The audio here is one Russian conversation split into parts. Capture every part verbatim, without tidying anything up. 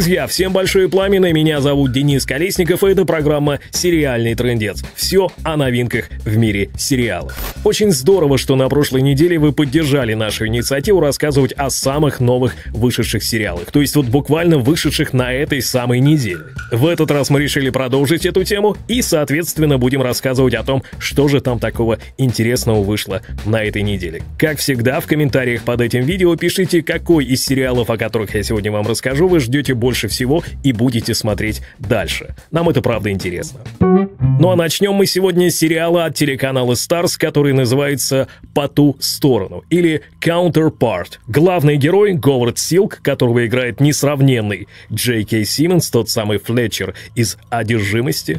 Друзья, всем большое пламя, меня зовут Денис Колесников, и это программа «Сериальный трындец». Все о новинках в мире сериалов. Очень здорово, что на прошлой неделе вы поддержали нашу инициативу рассказывать о самых новых вышедших сериалах, то есть вот буквально вышедших на этой самой неделе. В этот раз мы решили продолжить эту тему и, соответственно, будем рассказывать о том, что же там такого интересного вышло на этой неделе. Как всегда, в комментариях под этим видео пишите, какой из сериалов, о которых я сегодня вам расскажу, вы ждете больше всего и будете смотреть дальше. Нам это правда интересно. Ну а начнем мы сегодня с сериала от телеканала Starz, который называется «По ту сторону» или «Counterpart». Главный герой Говард Силк, которого играет несравненный Джей Кей Симмонс, тот самый Флетчер из «Одержимости»,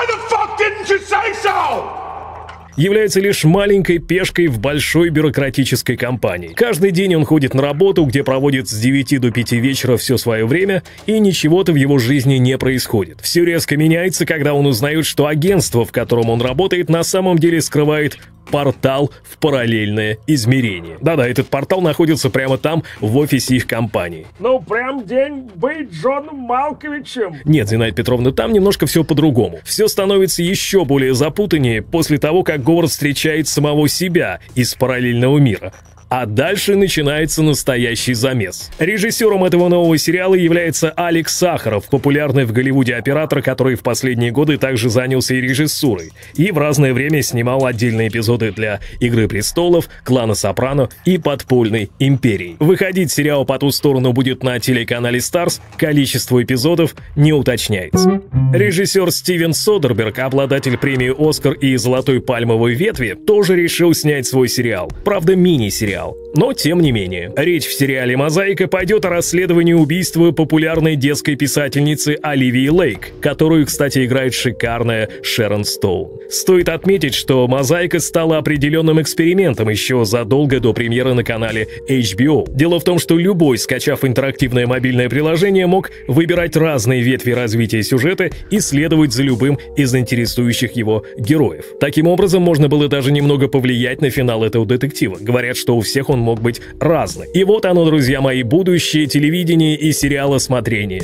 является лишь маленькой пешкой в большой бюрократической компании. Каждый день он ходит на работу, где проводит с девяти до пяти вечера все свое время, и ничего-то в его жизни не происходит. Все резко меняется, когда он узнает, что агентство, в котором он работает, на самом деле скрывает портал в параллельное измерение. Да-да, этот портал находится прямо там, в офисе их компании. Ну, прям день быть Джоном Малковичем. Нет, Зинаида Петровна, там немножко все по-другому. Все становится еще более запутаннее после того, как Говард встречает самого себя из параллельного мира. А дальше начинается настоящий замес. Режиссером этого нового сериала является Алекс Сахаров, популярный в Голливуде оператор, который в последние годы также занялся и режиссурой, и в разное время снимал отдельные эпизоды для «Игры престолов», «Клана Сопрано» и «Подпольной империи». Выходить сериал «По ту сторону» будет на телеканале Starz, количество эпизодов не уточняется. Режиссер Стивен Содерберг, обладатель премии «Оскар» и «Золотой пальмовой ветви», тоже решил снять свой сериал. Правда, мини-сериал. Но тем не менее. Речь в сериале «Мозаика» пойдет о расследовании убийства популярной детской писательницы Оливии Лейк, которую, кстати, играет шикарная Шерон Стоун. Стоит отметить, что «Мозаика» стала определенным экспериментом еще задолго до премьеры на канале эйч би о. Дело в том, что любой, скачав интерактивное мобильное приложение, мог выбирать разные ветви развития сюжета и следовать за любым из интересующих его героев. Таким образом, можно было даже немного повлиять на финал этого детектива. Говорят, что у всех он мог быть разный. И вот оно, друзья мои, будущее телевидение и сериалосмотрение.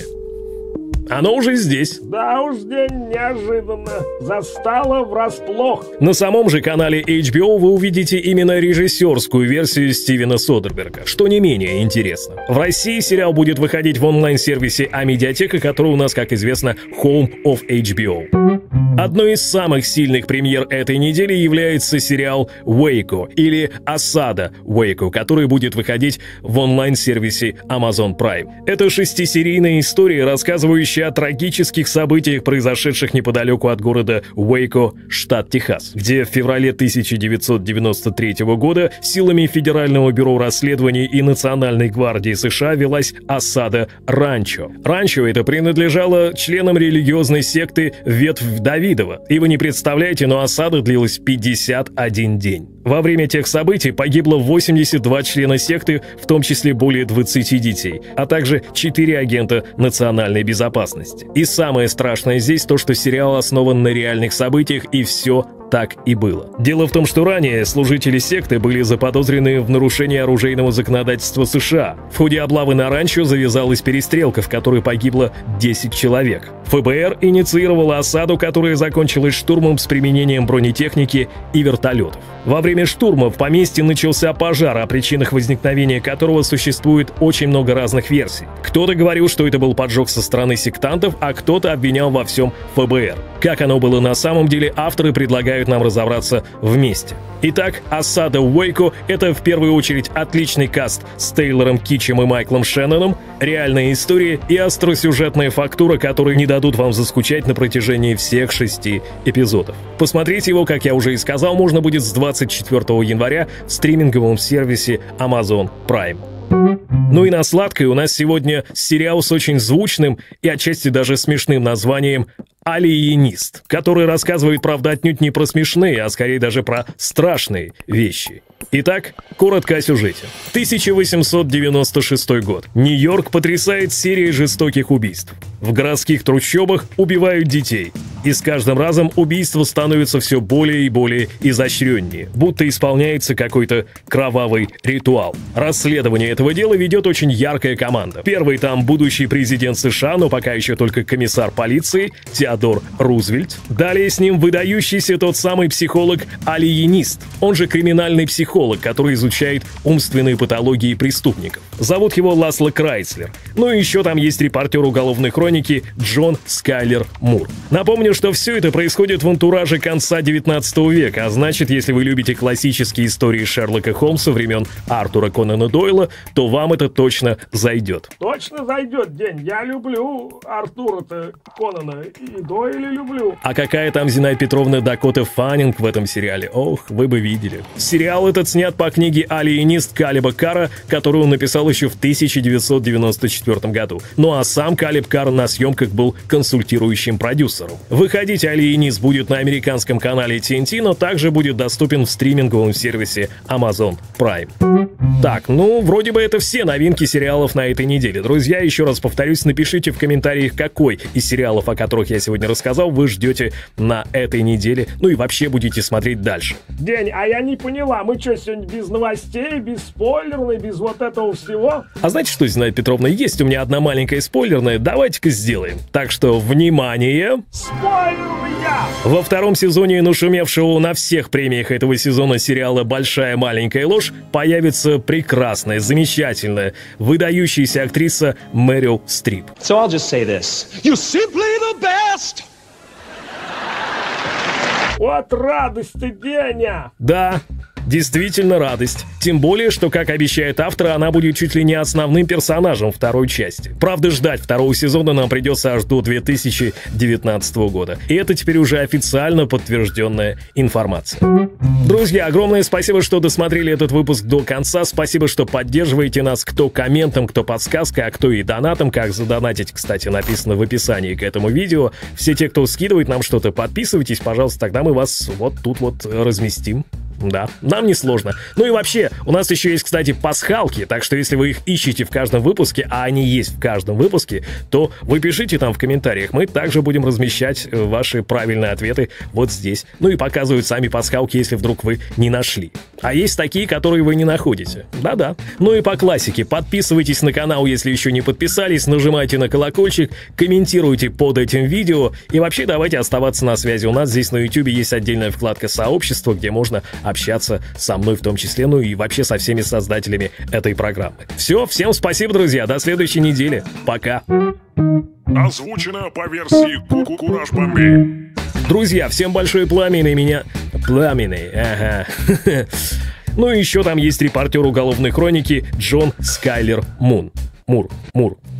Оно уже здесь. Да уж, день неожиданно. Застало врасплох. На самом же канале эйч би о вы увидите именно режиссерскую версию Стивена Содерберга, что не менее интересно. В России сериал будет выходить в онлайн-сервисе Амедиатека, который у нас, как известно, Home of эйч би о. Одной из самых сильных премьер этой недели является сериал «Waco» или «Осада Waco», который будет выходить в онлайн-сервисе Amazon Prime. Это шестисерийная история, рассказывающая о трагических событиях, произошедших неподалеку от города Уэйко, штат Техас, где в феврале тысяча девятьсот девяносто третьего года силами Федерального бюро расследований и Национальной гвардии США велась осада Ранчо. Ранчо это принадлежало членам религиозной секты Ветвь Давидова. И вы не представляете, но осада длилась пятьдесят один день. Во время тех событий погибло восемьдесят два члена секты, в том числе более двадцати детей, а также четыре агента национальной безопасности. И самое страшное здесь то, что сериал основан на реальных событиях, и все так и было. Дело в том, что ранее служители секты были заподозрены в нарушении оружейного законодательства США. В ходе облавы на ранчо завязалась перестрелка, в которой погибло десять человек. эф бэ эр инициировала осаду, которая закончилась штурмом с применением бронетехники и вертолетов. Во время штурма в поместье начался пожар, о причинах возникновения которого существует очень много разных версий. Кто-то говорил, что это был поджог со стороны сектантов, а кто-то обвинял во всем эф бэ эр. Как оно было на самом деле, авторы предлагают нам разобраться вместе. Итак, «Осада Уэйко» — это в первую очередь отличный каст с Тейлором Китчем и Майклом Шенноном, реальная история и остросюжетная фактура, которые не дадут вам заскучать на протяжении всех шести эпизодов. Посмотреть его, как я уже и сказал, можно будет с двадцать четвёртого января в стриминговом сервисе Amazon Prime. Ну и на сладкое у нас сегодня сериал с очень звучным и отчасти даже смешным названием «Алиенист», который рассказывает, правда, отнюдь не про смешные, а скорее даже про страшные вещи. Итак, коротко о сюжете. тысяча восемьсот девяносто шестой год. Нью-Йорк потрясает серией жестоких убийств. В городских трущобах убивают детей. И с каждым разом убийство становится все более и более изощреннее, будто исполняется какой-то кровавый ритуал. Расследование этого дела ведет очень яркая команда. Первый там будущий президент США, но пока еще только комиссар полиции Теодор Рузвельт. Далее с ним выдающийся тот самый психолог-алиенист, он же криминальный психолог, который изучает умственные патологии преступников. Зовут его Ласло Крайслер. Ну и еще там есть репортер уголовной хроники Джон Скайлер Мур. Напомню, что все это происходит в антураже конца девятнадцатого века, а значит, если вы любите классические истории Шерлока Холмса времен Артура Конана Дойла, то вам это точно зайдет. Точно зайдет, День. Я люблю Артура-то Конана и Дойля люблю. А какая там Зинаида Петровна Дакота Фаннинг в этом сериале? Ох, вы бы видели. Сериал этот снят по книге «Алиенист» Калеба Карра, которую он написал еще в тысяча девятьсот девяносто четвёртом году. Ну а сам Калеб Карр на съемках был консультирующим продюсером. Выходить «Алиенист» будет на американском канале ти эн ти, но также будет доступен в стриминговом сервисе Amazon Prime. Так, ну, вроде бы это все новинки сериалов на этой неделе. Друзья, еще раз повторюсь, напишите в комментариях, какой из сериалов, о которых я сегодня рассказал, вы ждете на этой неделе, ну и вообще будете смотреть дальше. День, а я не поняла, мы что, сегодня без новостей, без спойлерной, без вот этого всего? А знаете что, Зинаида Петровна, есть у меня одна маленькая спойлерная, давайте-ка сделаем. Так что, внимание! Спойлерная! Во втором сезоне нашумевшего на всех премиях этого сезона сериала «Большая маленькая ложь» появится прекрасная, замечательная, выдающаяся актриса Мэрил Стрип. So I'll just say this. You're simply the best! Вот радость-то, Деня! Да, действительно радость. Тем более, что, как обещает автор, она будет чуть ли не основным персонажем второй части. Правда, ждать второго сезона нам придется аж до две тысячи девятнадцатого года. И это теперь уже официально подтвержденная информация. Друзья, огромное спасибо, что досмотрели этот выпуск до конца. Спасибо, что поддерживаете нас кто комментом, кто подсказкой, а кто и донатом. Как задонатить, кстати, написано в описании к этому видео. Все те, кто скидывает нам что-то, подписывайтесь, пожалуйста, тогда мы вас вот тут вот разместим. Да, нам не сложно. Ну и вообще, у нас еще есть, кстати, пасхалки, так что если вы их ищете в каждом выпуске, а они есть в каждом выпуске, то вы пишите там в комментариях. Мы также будем размещать ваши правильные ответы вот здесь. Ну и показывают сами пасхалки, если вдруг вы не нашли. А есть такие, которые вы не находите. Да-да. Ну и по классике, подписывайтесь на канал, если еще не подписались, нажимайте на колокольчик, комментируйте под этим видео и вообще давайте оставаться на связи. У нас здесь на YouTube есть отдельная вкладка «Сообщество», где можно общаться со мной в том числе, ну и вообще со всеми создателями этой программы. Все, всем спасибо, друзья, до следующей недели. Пока. Озвучено по версии Кураж Бомбей. Друзья, всем большое пламенный меня... Пламенный, ага. Ну и еще там есть репортер уголовной хроники Джон Скайлер Мун. Мур, Мур.